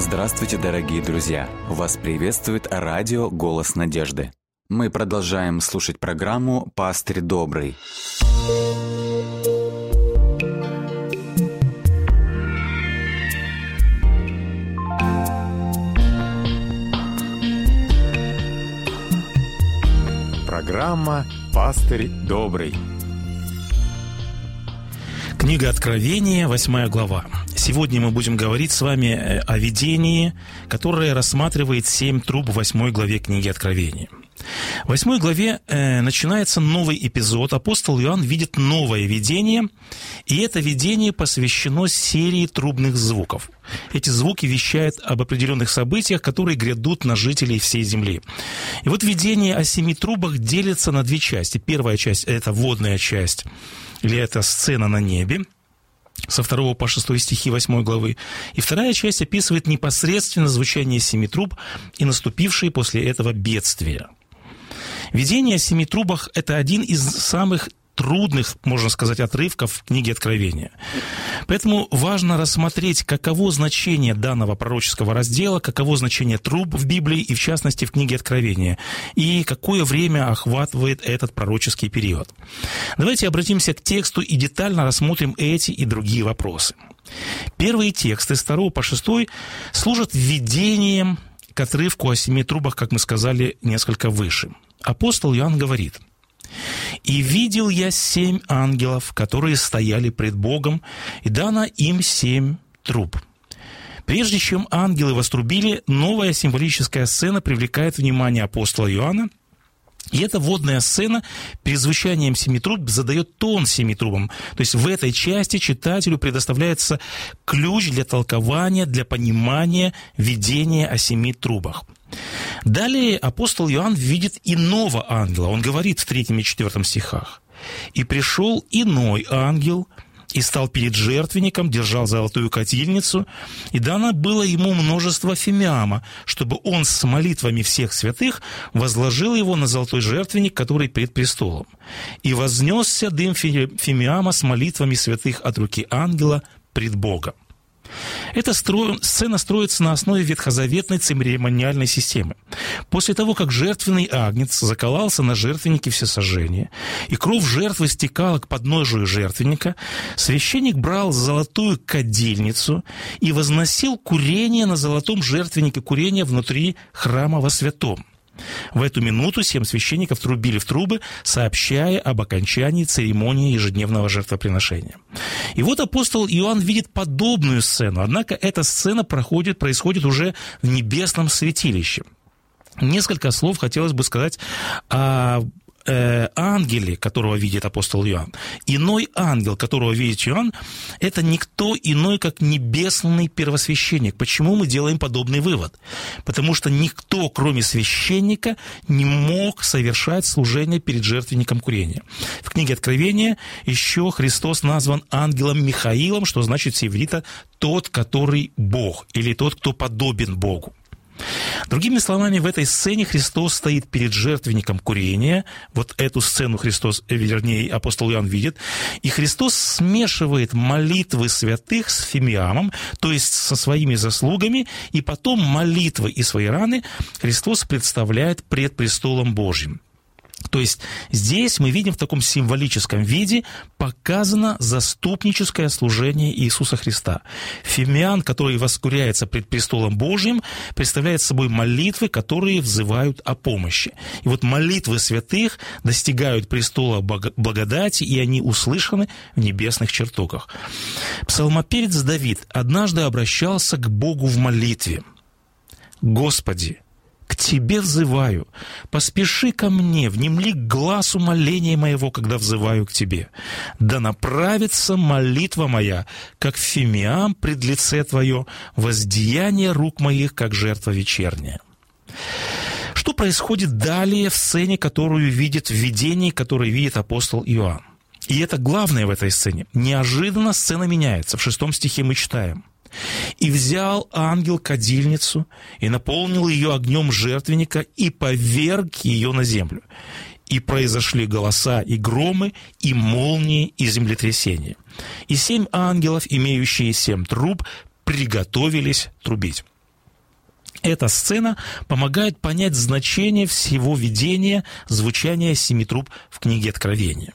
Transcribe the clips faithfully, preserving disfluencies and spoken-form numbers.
Здравствуйте, дорогие друзья! Вас приветствует радио «Голос надежды». Мы продолжаем слушать программу «Пастырь добрый». Программа «Пастырь добрый». Книга Откровения, восьмая глава. Сегодня мы будем говорить с вами о видении, которое рассматривает семь труб в восьмой главе книги Откровения. В восьмой главе э, начинается новый эпизод. Апостол Иоанн видит новое видение, и это видение посвящено серии трубных звуков. Эти звуки вещают об определенных событиях, которые грядут на жителей всей земли. И вот видение о семи трубах делится на две части. Первая часть – это водная часть, или это сцена на небе, со второго по шестой стихи восьмой главы. И вторая часть описывает непосредственно звучание семи труб и наступившие после этого бедствия. Видение о семи трубах – это один из самых трудных, можно сказать, отрывков в книге Откровения. Поэтому важно рассмотреть, каково значение данного пророческого раздела, каково значение труб в Библии и, в частности, в книге Откровения, и какое время охватывает этот пророческий период. Давайте обратимся к тексту и детально рассмотрим эти и другие вопросы. Первые тексты с второго по шестой служат введением к отрывку о семи трубах, как мы сказали несколько выше. Апостол Иоанн говорит: «И видел я семь ангелов, которые стояли пред Богом, и дано им семь труб». Прежде чем ангелы вострубили, новая символическая сцена привлекает внимание апостола Иоанна. И эта водная сцена перед звучанием семи труб задает тон семи трубам. То есть в этой части читателю предоставляется ключ для толкования, для понимания видения о семи трубах. Далее апостол Иоанн видит иного ангела. Он говорит в третьем и четвертом стихах: «И пришел иной ангел, и стал перед жертвенником, держал золотую котельницу, и дано было ему множество фимиама, чтобы он с молитвами всех святых возложил его на золотой жертвенник, который пред престолом. И вознесся дым фимиама с молитвами святых от руки ангела пред Богом». Эта стро... сцена строится на основе ветхозаветной церемониальной системы. После того, как жертвенный агнец закололся на жертвеннике всесожжения, и кровь жертвы стекала к подножию жертвенника, священник брал золотую кадильницу и возносил курение на золотом жертвеннике курения внутри храма во святом. В эту минуту семь священников трубили в трубы, сообщая об окончании церемонии ежедневного жертвоприношения. И вот апостол Иоанн видит подобную сцену, однако эта сцена проходит, происходит уже в небесном святилище. Несколько слов хотелось бы сказать о ангеле, которого видит апостол Иоанн. Иной ангел, которого видит Иоанн, это никто иной, как небесный первосвященник. Почему мы делаем подобный вывод? Потому что никто, кроме священника, не мог совершать служение перед жертвенником курения. В книге Откровения еще Христос назван ангелом Михаилом, что значит с иврита «тот, который Бог», или «тот, кто подобен Богу». Другими словами, в этой сцене Христос стоит перед жертвенником курения. Вот эту сцену Христос, вернее, апостол Иоанн видит. И Христос смешивает молитвы святых с фимиамом, то есть со своими заслугами, и потом молитвы и свои раны Христос представляет пред престолом Божьим. То есть здесь мы видим в таком символическом виде показано заступническое служение Иисуса Христа. Фимиам, который воскуряется пред престолом Божьим, представляет собой молитвы, которые взывают о помощи. И вот молитвы святых достигают престола благодати, и они услышаны в небесных чертогах. Псалмопевец Давид однажды обращался к Богу в молитве: «Господи, к Тебе взываю, поспеши ко мне, внемли к гласу моления моего, когда взываю к Тебе. Да направится молитва моя, как фимиам пред лице Твое, воздеяние рук моих, как жертва вечерняя». Что происходит далее в сцене, которую видит, в видении, которое видит апостол Иоанн? И это главное в этой сцене. Неожиданно сцена меняется. В шестом стихе мы читаем: «И взял ангел кадильницу, и наполнил ее огнем жертвенника, и поверг ее на землю. И произошли голоса и громы, и молнии, и землетрясения. И семь ангелов, имеющие семь труб, приготовились трубить». Эта сцена помогает понять значение всего видения звучания семи труб в книге Откровения.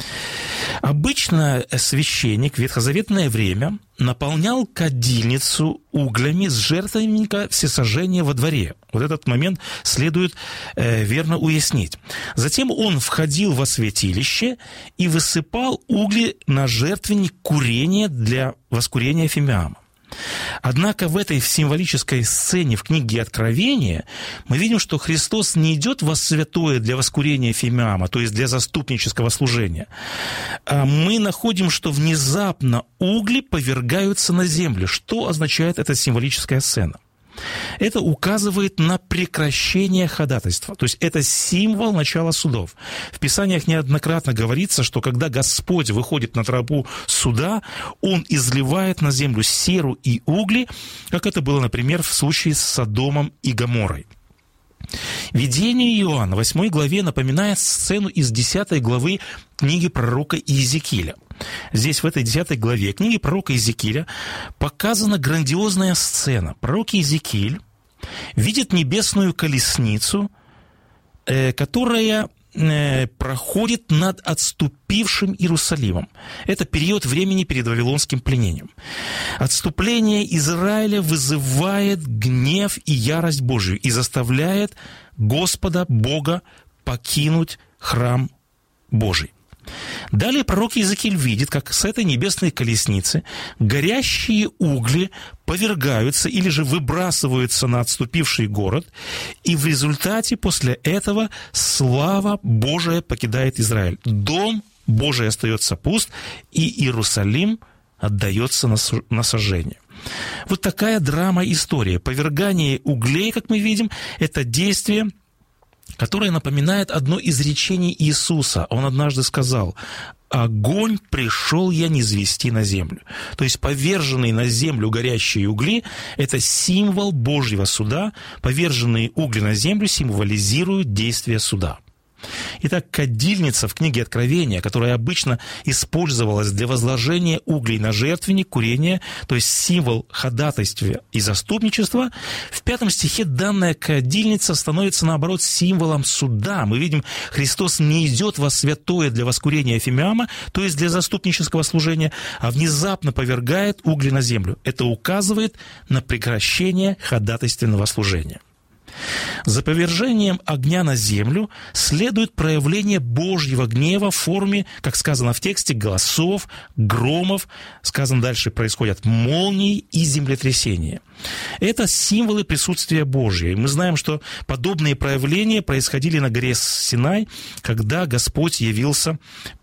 Обычно священник в ветхозаветное время наполнял кадильницу углями с жертвенника всесожжения во дворе. Вот этот момент следует э, верно уяснить. Затем он входил во святилище и высыпал угли на жертвенник курения для воскурения фимиама. Однако в этой символической сцене в книге Откровения мы видим, что Христос не идет во святое для воскурения фимиама, то есть для заступнического служения. А мы находим, что внезапно угли повергаются на землю. Что означает эта символическая сцена? Это указывает на прекращение ходатайства. То есть это символ начала судов. В Писаниях неоднократно говорится, что когда Господь выходит на тропу суда, Он изливает на землю серу и угли, как это было, например, в случае с Содомом и Гоморрой. Видение Иоанна в восьмой главе напоминает сцену из десятой главы книги пророка Иезекииля. Здесь, в этой десятой главе книги пророка Иезекииля, показана грандиозная сцена. Пророк Иезекииль видит небесную колесницу, которая проходит над отступившим Иерусалимом. Это период времени перед вавилонским пленением. Отступление Израиля вызывает гнев и ярость Божию и заставляет Господа, Бога, покинуть храм Божий. Далее пророк Иезекииль видит, как с этой небесной колесницы горящие угли повергаются или же выбрасываются на отступивший город, и в результате после этого слава Божия покидает Израиль. Дом Божий остается пуст, и Иерусалим отдается на сожжение. Вот такая драма история. Повергание углей, как мы видим, это действие, которое напоминает одно из речений Иисуса. Он однажды сказал: «Огонь пришел я низвести на землю». То есть поверженные на землю горящие угли – это символ Божьего суда. Поверженные угли на землю символизируют действие суда. Итак, кадильница в книге Откровения, которая обычно использовалась для возложения углей на жертвенник, курения, то есть символ ходатайства и заступничества, в пятом стихе данная кадильница становится, наоборот, символом суда. Мы видим, Христос не идет во святое для воскурения фимиама, то есть для заступнического служения, а внезапно повергает угли на землю. Это указывает на прекращение ходатайственного служения. За повержением огня на землю следует проявление Божьего гнева в форме, как сказано в тексте, голосов, громов. Сказано дальше, происходят молнии и землетрясения. Это символы присутствия Божьего. И мы знаем, что подобные проявления происходили на горе Синай, когда Господь явился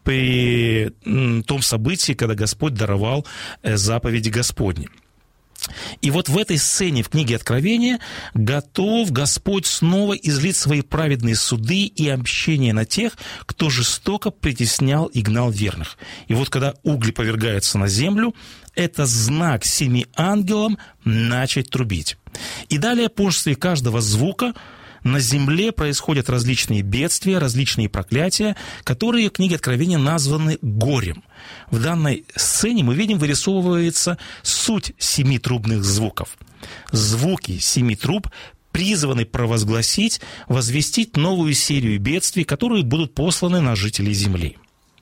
при том событии, когда Господь даровал заповеди Господни. И вот в этой сцене в книге Откровения готов Господь снова излить свои праведные суды и общение на тех, кто жестоко притеснял и гнал верных. И вот когда угли повергаются на землю, это знак семи ангелам начать трубить. И далее после каждого звука на земле происходят различные бедствия, различные проклятия, которые в книге Откровения названы горем. В данной сцене мы видим, вырисовывается суть семи трубных звуков. Звуки семи труб призваны провозгласить, возвестить новую серию бедствий, которые будут посланы на жителей земли.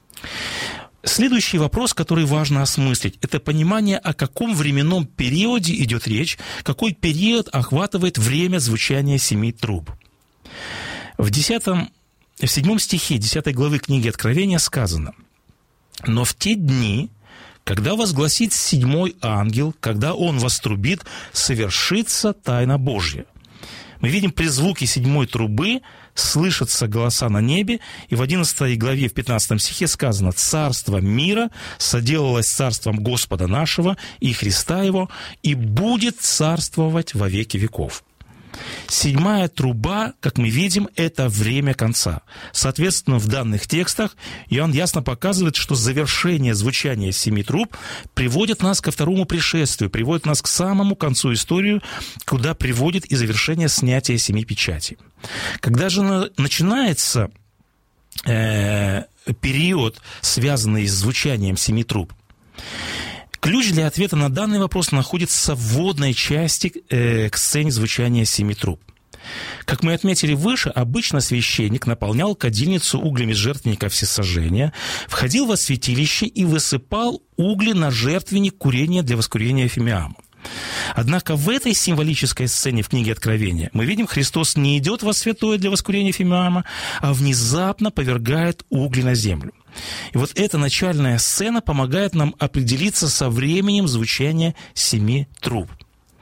Следующий вопрос, который важно осмыслить, это понимание, о каком временном периоде идет речь, какой период охватывает время звучания семи труб. В, десятом, в седьмом стихе десятой главы книги Откровения сказано: «Но в те дни, когда возгласит седьмой ангел, когда он вострубит, совершится тайна Божья». Мы видим, при звуке седьмой трубы слышатся голоса на небе, и в одиннадцатой главе, в пятнадцатом стихе сказано: «Царство мира соделалось царством Господа нашего и Христа Его, и будет царствовать во веки веков». Седьмая труба, как мы видим, это время конца. Соответственно, в данных текстах Иоанн ясно показывает, что завершение звучания семи труб приводит нас ко второму пришествию, приводит нас к самому концу истории, куда приводит и завершение снятия семи печатей. Когда же начинается э, период, связанный с звучанием семи труб? Ключ для ответа на данный вопрос находится в вводной части э, к сцене звучания семи труб. Как мы отметили выше, обычно священник наполнял кадильницу углями жертвенника всесожжения, входил во святилище и высыпал угли на жертвенник курения для воскурения фимиама. Однако в этой символической сцене в книге Откровения мы видим, Христос не идет во святое для воскурения фимиама, а внезапно повергает угли на землю. И вот эта начальная сцена помогает нам определиться со временем звучания семи труб.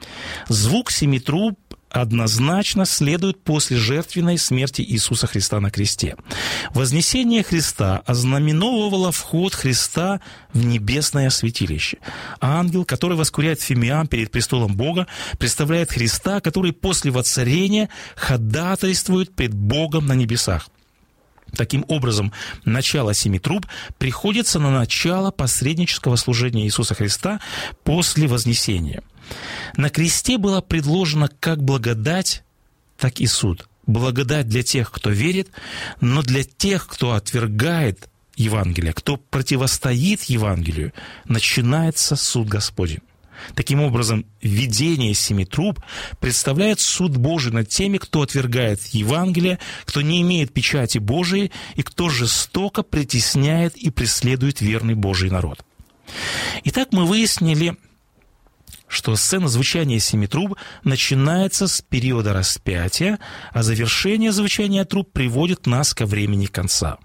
Звук семи труб однозначно следует после жертвенной смерти Иисуса Христа на кресте. Вознесение Христа ознаменовывало вход Христа в небесное святилище. Ангел, который воскуряет фимиам перед престолом Бога, представляет Христа, который после воцарения ходатайствует пред Богом на небесах. Таким образом, начало семи труб приходится на начало посреднического служения Иисуса Христа после вознесения. На кресте была предложена как благодать, так и суд. Благодать для тех, кто верит, но для тех, кто отвергает Евангелие, кто противостоит Евангелию, начинается суд Господень. Таким образом, видение семи труб представляет суд Божий над теми, кто отвергает Евангелие, кто не имеет печати Божией и кто жестоко притесняет и преследует верный Божий народ. Итак, мы выяснили, что сцена звучания семи труб начинается с периода распятия, а завершение звучания труб приводит нас ко времени конца.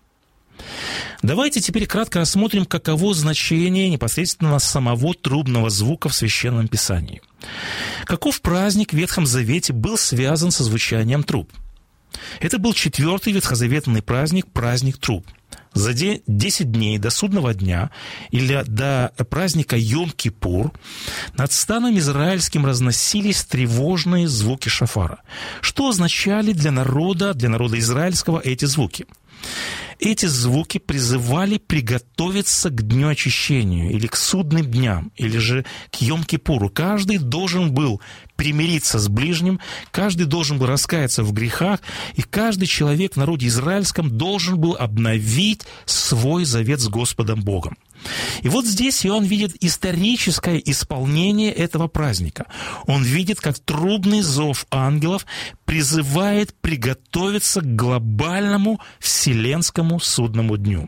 Давайте теперь кратко рассмотрим, каково значение непосредственно самого трубного звука в Священном Писании. Каков праздник в Ветхом Завете был связан со звучанием труб? Это был четвертый ветхозаветный праздник, праздник труб. За десять дней до судного дня или до праздника Йом-Кипур над станом израильским разносились тревожные звуки шофара. Что означали для народа, для народа израильского эти звуки? Эти звуки призывали приготовиться к дню очищения, или к судным дням, или же к Йом-Кипуру. Каждый должен был примириться с ближним, каждый должен был раскаяться в грехах, и каждый человек в народе израильском должен был обновить свой завет с Господом Богом. И вот здесь Иоанн видит историческое исполнение этого праздника. Он видит, как трубный зов ангелов призывает приготовиться к глобальному вселенскому судному дню.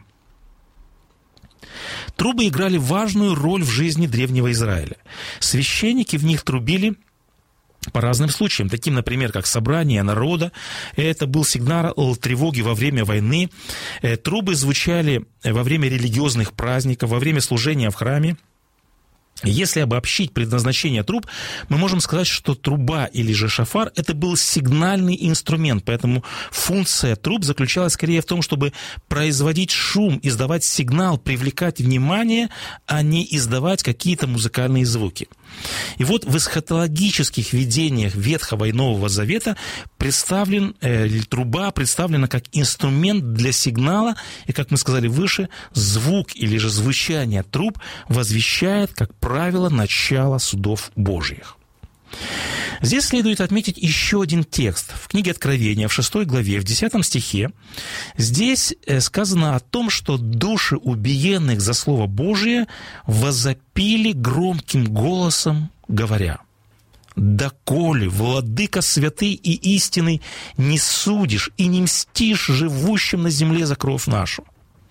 Трубы играли важную роль в жизни древнего Израиля. Священники в них трубили по разным случаям, таким, например, как собрание народа. Это был сигнал тревоги во время войны. Трубы звучали во время религиозных праздников, во время служения в храме. Если обобщить предназначение труб, мы можем сказать, что труба или же шофар – это был сигнальный инструмент, поэтому функция труб заключалась скорее в том, чтобы производить шум, издавать сигнал, привлекать внимание, а не издавать какие-то музыкальные звуки. И вот в эсхатологических видениях Ветхого и Нового Завета представлен, э, труба представлена как инструмент для сигнала, и, как мы сказали выше, звук или же звучание труб возвещает, как правило, начало судов Божьих. Здесь следует отметить еще один текст. В книге Откровения, в шестой главе, в десятом стихе, здесь сказано о том, что души убиенных за Слово Божие возопили громким голосом, говоря: «Доколе, владыка святый и истинный, не судишь и не мстишь живущим на земле за кровь нашу».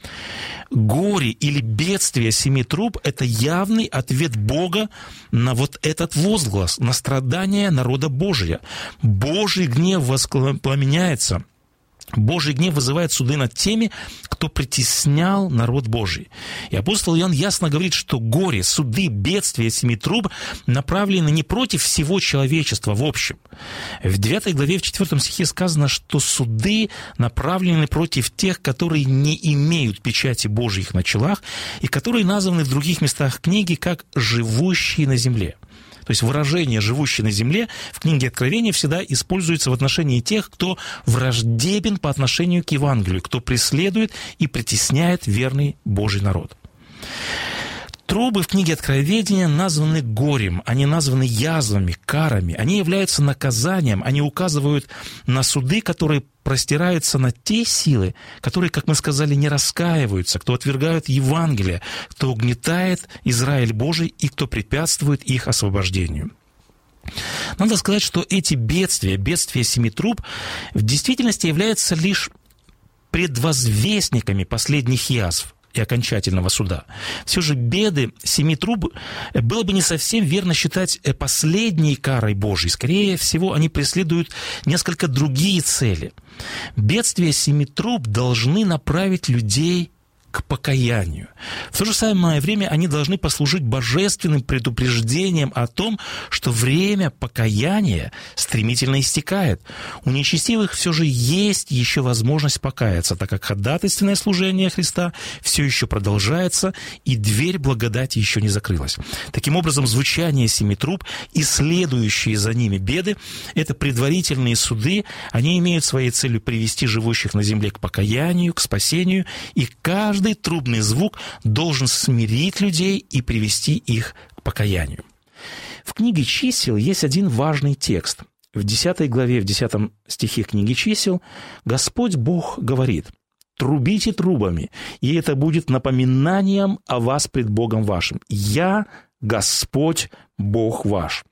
Горе или бедствие семи труб – это явный ответ Бога на вот этот возглас, на страдания народа Божия. Божий гнев воспламеняется. Божий гнев вызывает суды над теми, кто притеснял народ Божий. И апостол Иоанн ясно говорит, что горе, суды, бедствия семи труб направлены не против всего человечества в общем. В девятой главе, в четвертом стихе сказано, что суды направлены против тех, которые не имеют печати Божьих на челах и которые названы в других местах книги как «живущие на земле». То есть выражение «живущий на земле» в книге Откровения всегда используется в отношении тех, кто враждебен по отношению к Евангелию, кто преследует и притесняет верный Божий народ. Трубы в книге Откровения названы горем, они названы язвами, карами, они являются наказанием, они указывают на суды, которые простираются на те силы, которые, как мы сказали, не раскаиваются, кто отвергают Евангелие, кто угнетает Израиль Божий и кто препятствует их освобождению. Надо сказать, что эти бедствия, бедствия семи труб, в действительности являются лишь предвозвестниками последних язв и окончательного суда. Все же беды семи труб было бы не совсем верно считать последней карой Божьей. Скорее всего, они преследуют несколько другие цели. Бедствия семи труб должны направить людей к покаянию. В то же самое время они должны послужить божественным предупреждением о том, что время покаяния стремительно истекает. У нечестивых все же есть еще возможность покаяться, так как ходатайственное служение Христа все еще продолжается, и дверь благодати еще не закрылась. Таким образом, звучание семи труб и следующие за ними беды – это предварительные суды, они имеют своей целью привести живущих на земле к покаянию, к спасению, и каждый Каждый трубный звук должен смирить людей и привести их к покаянию. В книге «Чисел» есть один важный текст. В десятой главе, в десятом стихе книги «Чисел» Господь Бог говорит: «Трубите трубами, и это будет напоминанием о вас пред Богом вашим. Я Господь Бог ваш».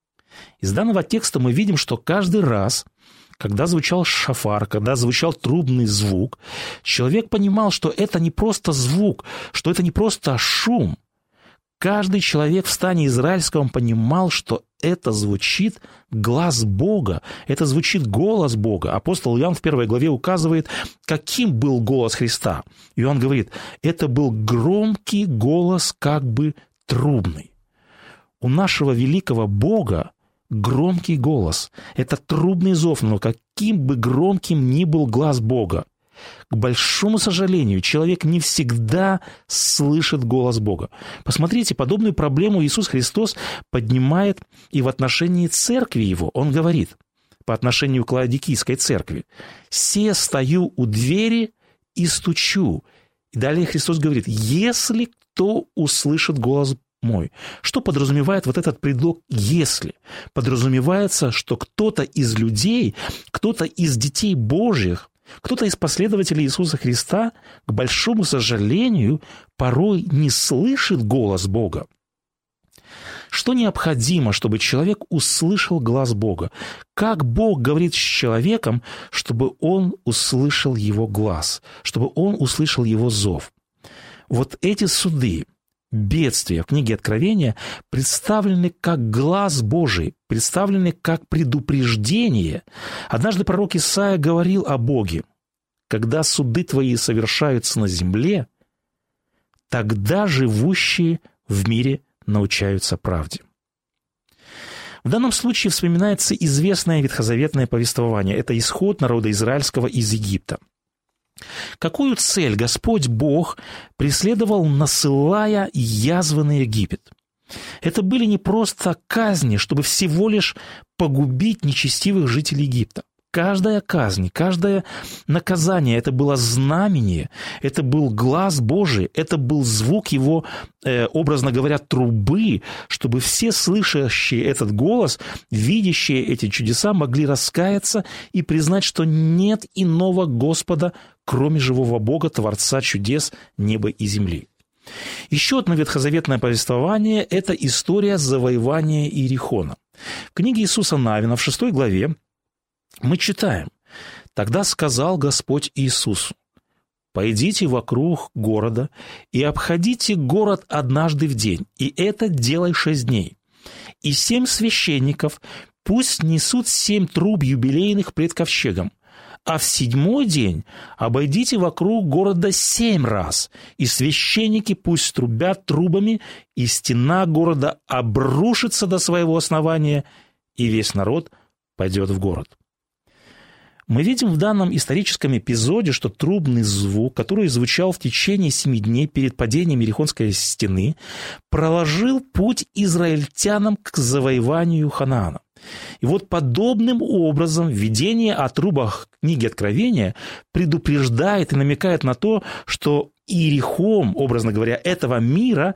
Из данного текста мы видим, что каждый раз, когда звучал шафар, когда звучал трубный звук, человек понимал, что это не просто звук, что это не просто шум. Каждый человек в стане израильском понимал, что это звучит глас Бога, это звучит голос Бога. Апостол Иоанн в первой главе указывает, каким был голос Христа. И он говорит, это был громкий голос, как бы трубный. У нашего великого Бога громкий голос – это трубный зов, но каким бы громким ни был глас Бога, к большому сожалению, человек не всегда слышит голос Бога. Посмотрите, подобную проблему Иисус Христос поднимает и в отношении церкви Его. Он говорит по отношению к Лаодикийской церкви: «Се стою у двери и стучу». И далее Христос говорит: «Если кто услышит голос мой». Что подразумевает вот этот предлог «если»? Подразумевается, что кто-то из людей, кто-то из детей Божьих, кто-то из последователей Иисуса Христа, к большому сожалению, порой не слышит голос Бога. Что необходимо, чтобы человек услышал глас Бога? Как Бог говорит с человеком, чтобы он услышал его глас, чтобы он услышал его зов? Вот эти суды, бедствия в книге Откровения представлены как глас Божий, представлены как предупреждение. Однажды пророк Исаия говорил о Боге: «Когда суды твои совершаются на земле, тогда живущие в мире научаются правде». В данном случае вспоминается известное ветхозаветное повествование. Это исход народа израильского из Египта. Какую цель Господь Бог преследовал, насылая язвы на Египет? Это были не просто казни, чтобы всего лишь погубить нечестивых жителей Египта. Каждая казнь, каждое наказание – это было знамение, это был глас Божий, это был звук его, э, образно говоря, трубы, чтобы все слышащие этот голос, видящие эти чудеса, могли раскаяться и признать, что нет иного Господа, кроме живого Бога, Творца чудес неба и земли. Еще одно ветхозаветное повествование – это история завоевания Иерихона. В книге Иисуса Навина в шестой главе мы читаем: «Тогда сказал Господь Иисусу: пойдите вокруг города и обходите город однажды в день, и это делай шесть дней. И семь священников пусть несут семь труб юбилейных пред ковчегом, а в седьмой день обойдите вокруг города семь раз, и священники пусть трубят трубами, и стена города обрушится до своего основания, и весь народ пойдет в город». Мы видим в данном историческом эпизоде, что трубный звук, который звучал в течение семи дней перед падением Иерихонской стены, проложил путь израильтянам к завоеванию Ханаана. И вот подобным образом видение о трубах книги Откровения предупреждает и намекает на то, что Иерихон, образно говоря, этого мира,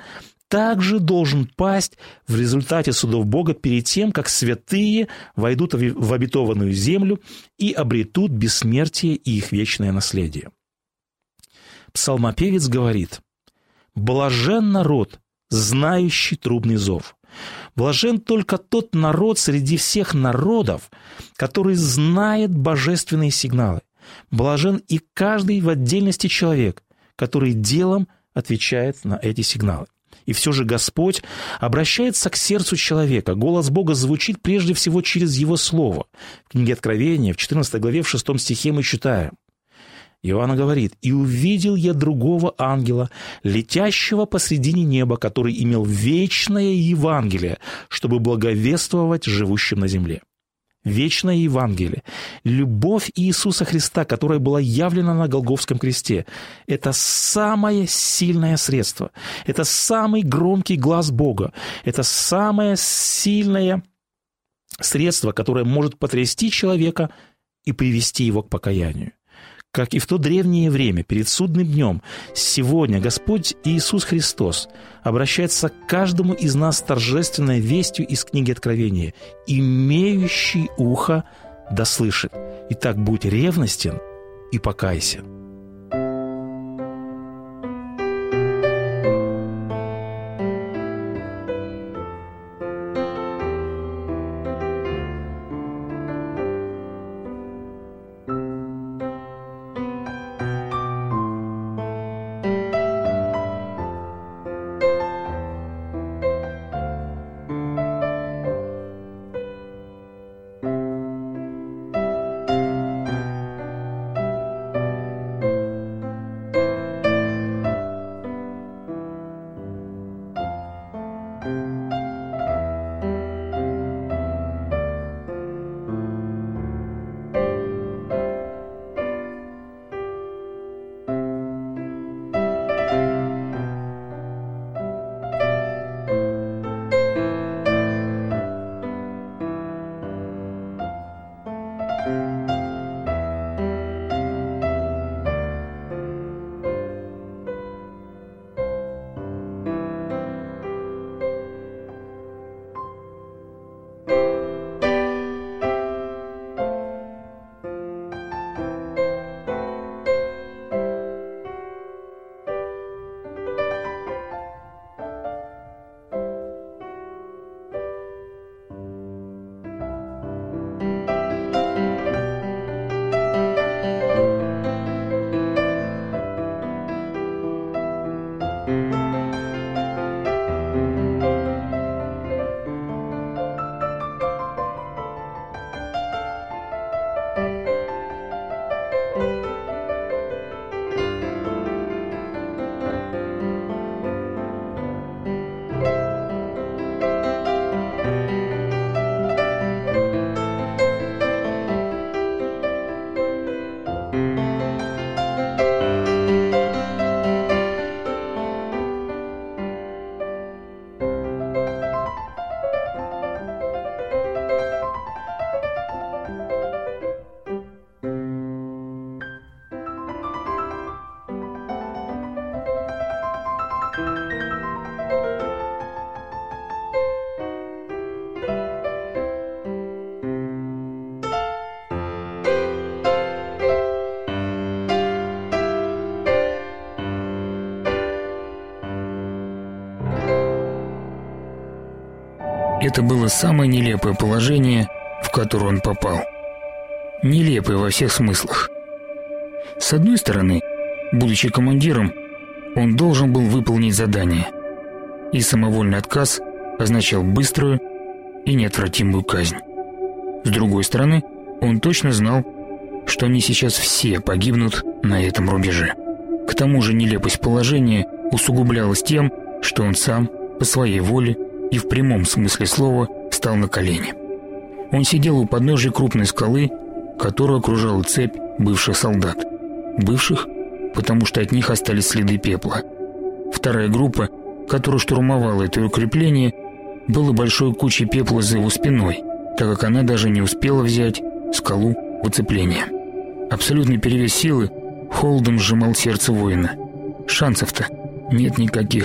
также должен пасть в результате судов Бога перед тем, как святые войдут в обетованную землю и обретут бессмертие и их вечное наследие. Псалмопевец говорит: «Блажен народ, знающий трубный зов». Блажен только тот народ среди всех народов, который знает божественные сигналы. Блажен и каждый в отдельности человек, который делом отвечает на эти сигналы. И все же Господь обращается к сердцу человека. Голос Бога звучит прежде всего через Его Слово. В книге Откровения, в четырнадцатой главе, в шестом стихе мы читаем. Иоанна говорит: «И увидел я другого ангела, летящего посредине неба, который имел вечное Евангелие, чтобы благовествовать живущим на земле». Вечное Евангелие, любовь Иисуса Христа, которая была явлена на Голгофском кресте, это самое сильное средство, это самый громкий глас Бога, это самое сильное средство, которое может потрясти человека и привести его к покаянию. Как и в то древнее время, перед судным днем, сегодня Господь Иисус Христос обращается к каждому из нас с торжественной вестью из книги Откровения: «Имеющий ухо да слышит». Итак, будь ревностен и покайся. Это было самое нелепое положение, в которое он попал. Нелепое во всех смыслах. С одной стороны, будучи командиром, он должен был выполнить задание, и самовольный отказ означал быструю и неотвратимую казнь. С другой стороны, он точно знал, что они сейчас все погибнут на этом рубеже. К тому же нелепость положения усугублялась тем, что он сам, по своей воле и в прямом смысле слова, стал на колени. Он сидел у подножия крупной скалы, которую окружала цепь бывших солдат. Бывших, потому что от них остались следы пепла. Вторая группа, которая штурмовала это укрепление, была большой кучей пепла за его спиной, так как она даже не успела взять скалу в оцепление. Абсолютный перевес силы холодом сжимал сердце воина. Шансов-то нет никаких.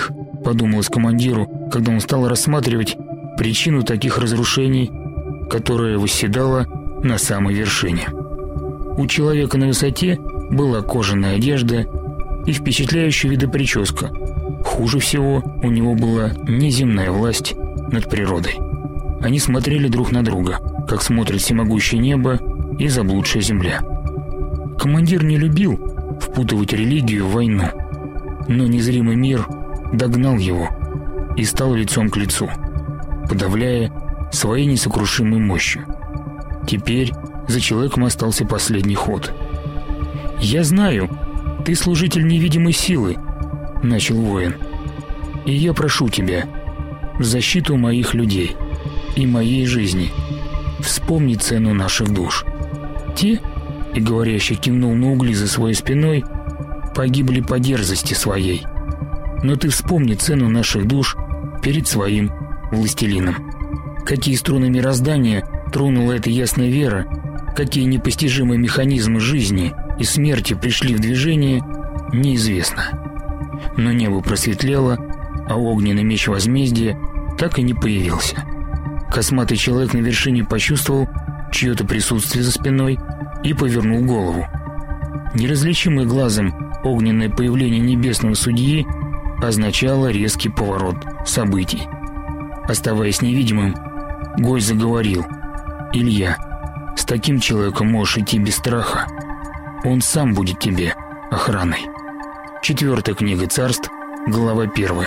подумалось командиру, когда он стал рассматривать причину таких разрушений, которая восседала на самой вершине. У человека на высоте была кожаная одежда и впечатляющего вида прическа. Хуже всего у него была неземная власть над природой. Они смотрели друг на друга, как смотрит всемогущее небо и заблудшая земля. Командир не любил впутывать религию в войну, но незримый мир догнал его и стал лицом к лицу, подавляя своей несокрушимой мощью. Теперь за человеком остался последний ход. «Я знаю, ты служитель невидимой силы», — начал воин. «И я прошу тебя, в защиту моих людей и моей жизни, вспомни цену наших душ. Те, — и говорящий кивнул на угли за своей спиной, — погибли по дерзости своей. Но ты вспомни цену наших душ перед своим властелином. Какие струны мироздания тронула эта ясная вера, какие непостижимые механизмы жизни и смерти пришли в движение, неизвестно. Но небо просветлело, а огненный меч возмездия так и не появился. Косматый человек на вершине почувствовал чье-то присутствие за спиной и повернул голову. Неразличимый глазом огненное появление небесного судьи означало резкий поворот событий. Оставаясь невидимым, гость заговорил: «Илья, с таким человеком можешь идти без страха. Он сам будет тебе охраной». Четвертая книга Царств, глава первая.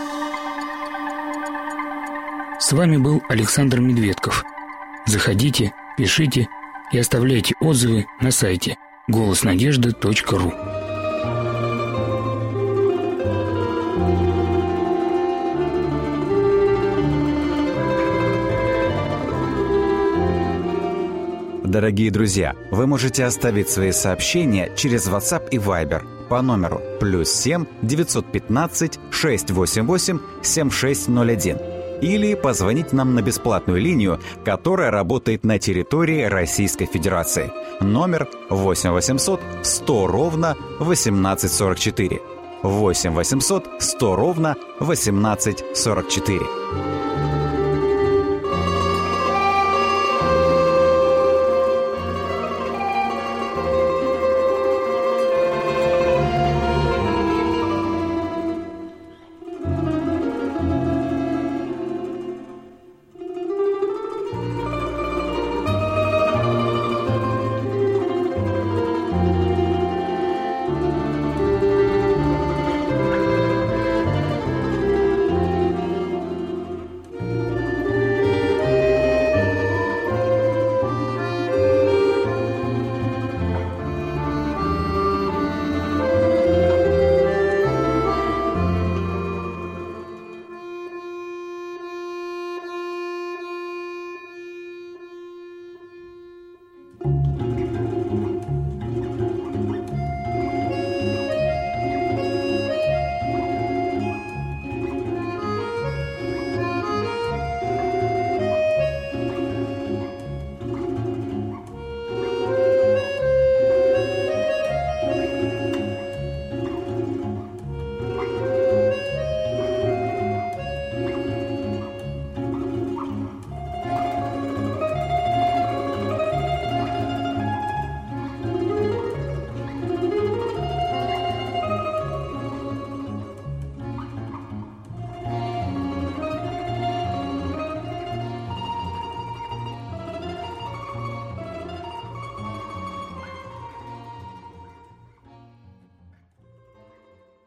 С вами был Александр Медведков. Заходите, пишите и оставляйте отзывы на сайте голос надежды точка ру. Дорогие друзья, вы можете оставить свои сообщения через WhatsApp и Viber по номеру плюс семь девятьсот пятнадцать шестьсот восемьдесят восемь семьдесят шесть ноль один или позвонить нам на бесплатную линию, которая работает на территории Российской Федерации. Номер восемь восемьсот сто ровно восемнадцать сорок четыре. восемь восемьсот сто ровно восемнадцать сорок четыре.